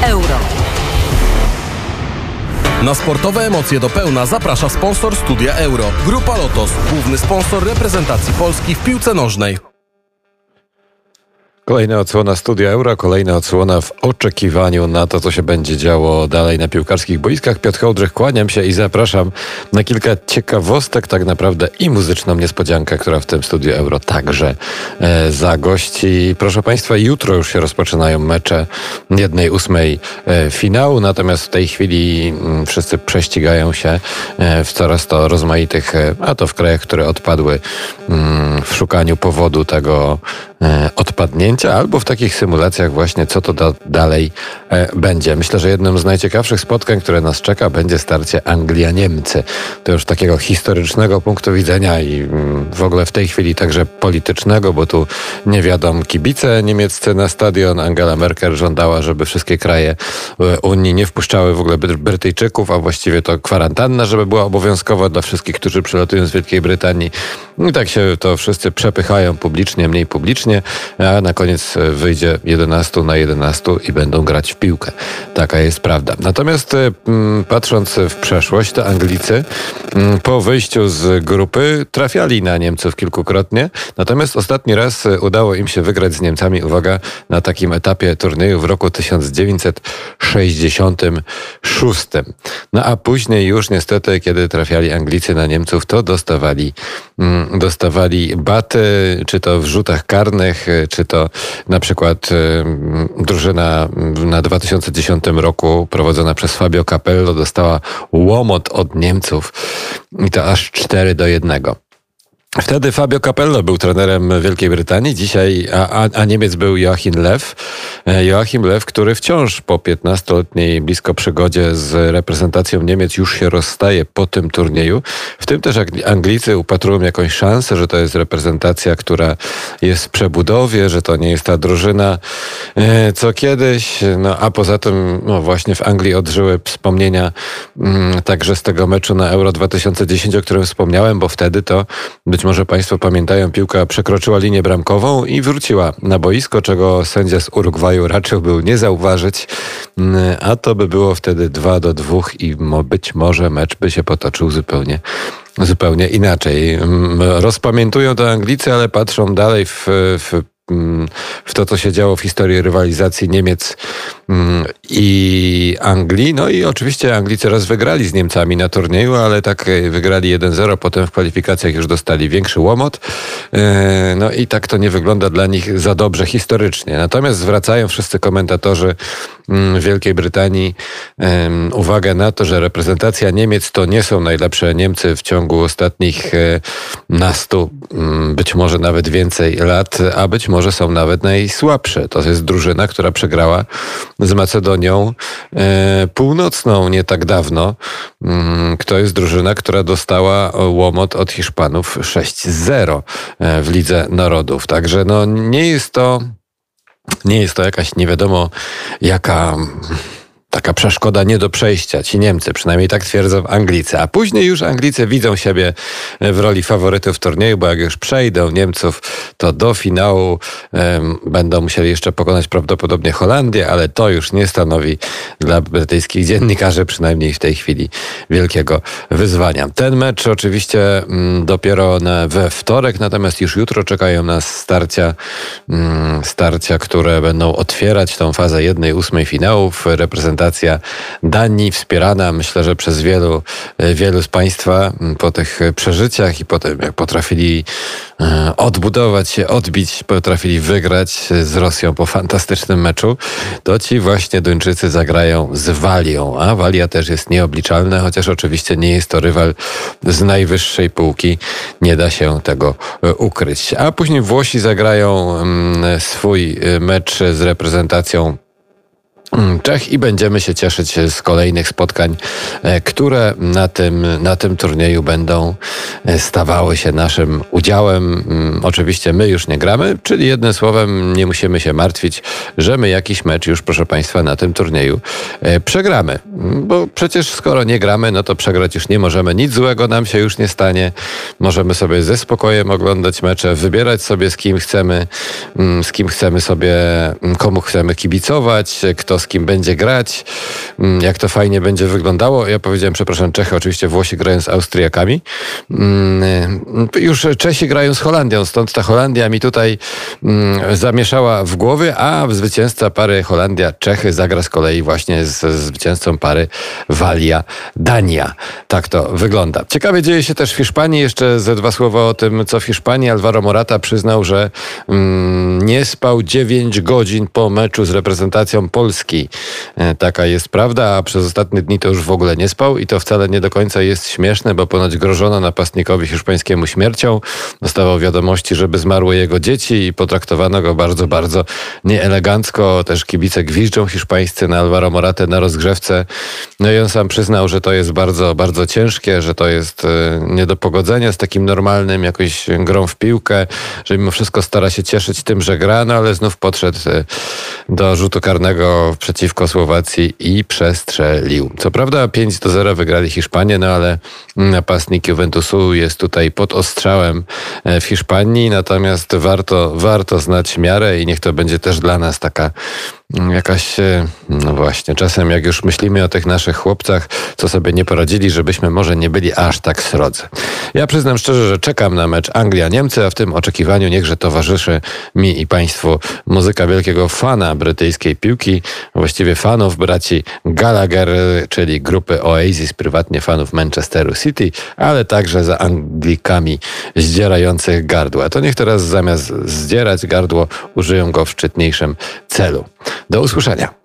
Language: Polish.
Euro. Na sportowe emocje do pełna zaprasza sponsor Studia Euro. Grupa Lotos, główny sponsor reprezentacji Polski w piłce nożnej. Kolejna odsłona Studia Euro, kolejna odsłona w oczekiwaniu na to, co się będzie działo dalej na piłkarskich boiskach. Piotr Hołdrych, kłaniam się i zapraszam na kilka ciekawostek, tak naprawdę i muzyczną niespodziankę, która w tym Studiu Euro także zagości. Proszę Państwa, jutro już się rozpoczynają mecze 1/8 finału, natomiast w tej chwili wszyscy prześcigają się w coraz to rozmaitych, a to w krajach, które odpadły, w szukaniu powodu tego odpadnięcia, albo w takich symulacjach właśnie, co to dalej będzie. Myślę, że jednym z najciekawszych spotkań, które nas czeka, będzie starcie Anglia-Niemcy. To już takiego historycznego punktu widzenia i w ogóle w tej chwili także politycznego, bo tu nie wiadomo, kibice niemieccy na stadion. Angela Merkel żądała, żeby wszystkie kraje Unii nie wpuszczały w ogóle Brytyjczyków, a właściwie to kwarantanna, żeby była obowiązkowa dla wszystkich, którzy przylatują z Wielkiej Brytanii. I tak się to wszyscy przepychają publicznie, mniej publicznie, a na koniec wyjdzie 11 na 11 i będą grać w piłkę. Taka jest prawda. Natomiast patrząc w przeszłość, to Anglicy po wyjściu z grupy trafiali na Niemców kilkukrotnie. Natomiast ostatni raz udało im się wygrać z Niemcami, uwaga, na takim etapie turnieju w roku 1966. No a później już niestety, kiedy trafiali Anglicy na Niemców, to dostawali baty, czy to w rzutach karnych, czy to na przykład drużyna na 2010 roku prowadzona przez Fabio Capello dostała łomot od Niemców i to aż 4-1. Wtedy Fabio Capello był trenerem Wielkiej Brytanii, dzisiaj, a Niemiec był Joachim Löw. Joachim Löw, który wciąż po 15-letniej blisko przygodzie z reprezentacją Niemiec już się rozstaje po tym turnieju. W tym też Anglicy upatrują jakąś szansę, że to jest reprezentacja, która jest w przebudowie, że to nie jest ta drużyna co kiedyś. No a poza tym no właśnie w Anglii odżyły wspomnienia także z tego meczu na Euro 2010, o którym wspomniałem, bo wtedy to być może Państwo pamiętają, piłka przekroczyła linię bramkową i wróciła na boisko, czego sędzia z Urugwaju raczył był nie zauważyć, a to by było wtedy 2-2 i być może mecz by się potoczył zupełnie inaczej. Rozpamiętują to Anglicy, ale patrzą dalej w to, co się działo w historii rywalizacji Niemiec i Anglii. No i oczywiście Anglicy raz wygrali z Niemcami na turnieju, ale tak wygrali 1-0, potem w kwalifikacjach już dostali większy łomot. No i tak to nie wygląda dla nich za dobrze historycznie. Natomiast zwracają wszyscy komentatorzy Wielkiej Brytanii uwagę na to, że reprezentacja Niemiec to nie są najlepsze Niemcy w ciągu ostatnich nastu, być może nawet więcej lat, a być może są nawet najsłabsze. To jest drużyna, która przegrała z Macedonią Północną nie tak dawno. To jest drużyna, która dostała łomot od Hiszpanów 6-0 w Lidze Narodów. Także no nie jest to jakaś nie wiadomo jaka taka przeszkoda nie do przejścia. Ci Niemcy, przynajmniej tak twierdzą Anglicy. A później już Anglicy widzą siebie w roli faworytów turnieju, bo jak już przejdą Niemców, to do finału będą musieli jeszcze pokonać prawdopodobnie Holandię, ale to już nie stanowi dla brytyjskich dziennikarzy, przynajmniej w tej chwili, wielkiego wyzwania. Ten mecz oczywiście dopiero we wtorek, natomiast już jutro czekają nas starcia, które będą otwierać tą fazę 1/8 finałów. Reprezentacja Danii wspierana, myślę, że przez wielu z Państwa po tych przeżyciach i po tym, jak potrafili odbudować się, odbić, potrafili wygrać z Rosją po fantastycznym meczu, to ci właśnie Duńczycy zagrają z Walią, a Walia też jest nieobliczalna, chociaż oczywiście nie jest to rywal z najwyższej półki, nie da się tego ukryć. A później Włosi zagrają swój mecz z reprezentacją Czech i będziemy się cieszyć z kolejnych spotkań, które na tym turnieju będą stawały się naszym udziałem. Oczywiście my już nie gramy, czyli jednym słowem nie musimy się martwić, że my jakiś mecz już, proszę Państwa, na tym turnieju przegramy. Bo przecież skoro nie gramy, no to przegrać już nie możemy. Nic złego nam się już nie stanie. Możemy sobie ze spokojem oglądać mecze, wybierać sobie z kim chcemy sobie, komu chcemy kibicować, kto z kim będzie grać, jak to fajnie będzie wyglądało. Ja powiedziałem, przepraszam, Czechy, oczywiście Włosi grają z Austriakami. Już Czesi grają z Holandią, stąd ta Holandia mi tutaj zamieszała w głowie, a zwycięzca pary Holandia-Czechy zagra z kolei właśnie z zwycięzcą pary Walia-Dania. Tak to wygląda. Ciekawie dzieje się też w Hiszpanii. Jeszcze ze dwa słowa o tym, co w Hiszpanii. Alvaro Morata przyznał, że nie spał 9 godzin po meczu z reprezentacją Polski. Taka jest prawda, a przez ostatnie dni to już w ogóle nie spał i to wcale nie do końca jest śmieszne, bo ponoć grożono napastnikowi hiszpańskiemu śmiercią. Dostawał wiadomości, żeby zmarły jego dzieci i potraktowano go bardzo, bardzo nieelegancko. Też kibice gwiżdżą hiszpańscy na Alvaro Moratę na rozgrzewce. No i on sam przyznał, że to jest bardzo, bardzo ciężkie, że to jest nie do pogodzenia z takim normalnym jakąś grą w piłkę, że mimo wszystko stara się cieszyć tym, że gra, no ale znów podszedł do rzutu karnego przeciwko Słowacji i przestrzelił. Co prawda 5-0 wygrali Hiszpanie, no ale napastnik Juventusu jest tutaj pod ostrzałem w Hiszpanii, natomiast warto znać miarę i niech to będzie też dla nas taka jakaś, no właśnie, czasem jak już myślimy o tych naszych chłopcach, co sobie nie poradzili, żebyśmy może nie byli aż tak srodzy. Ja przyznam szczerze, że czekam na mecz Anglia-Niemcy, a w tym oczekiwaniu niechże towarzyszy mi i Państwu muzyka wielkiego fana brytyjskiej piłki, właściwie fanów braci Gallagher, czyli grupy Oasis, prywatnie fanów Manchesteru City, ale także za Anglikami zdzierających gardła. To niech teraz zamiast zdzierać gardło, użyją go w szczytniejszym celu. Do usłyszenia.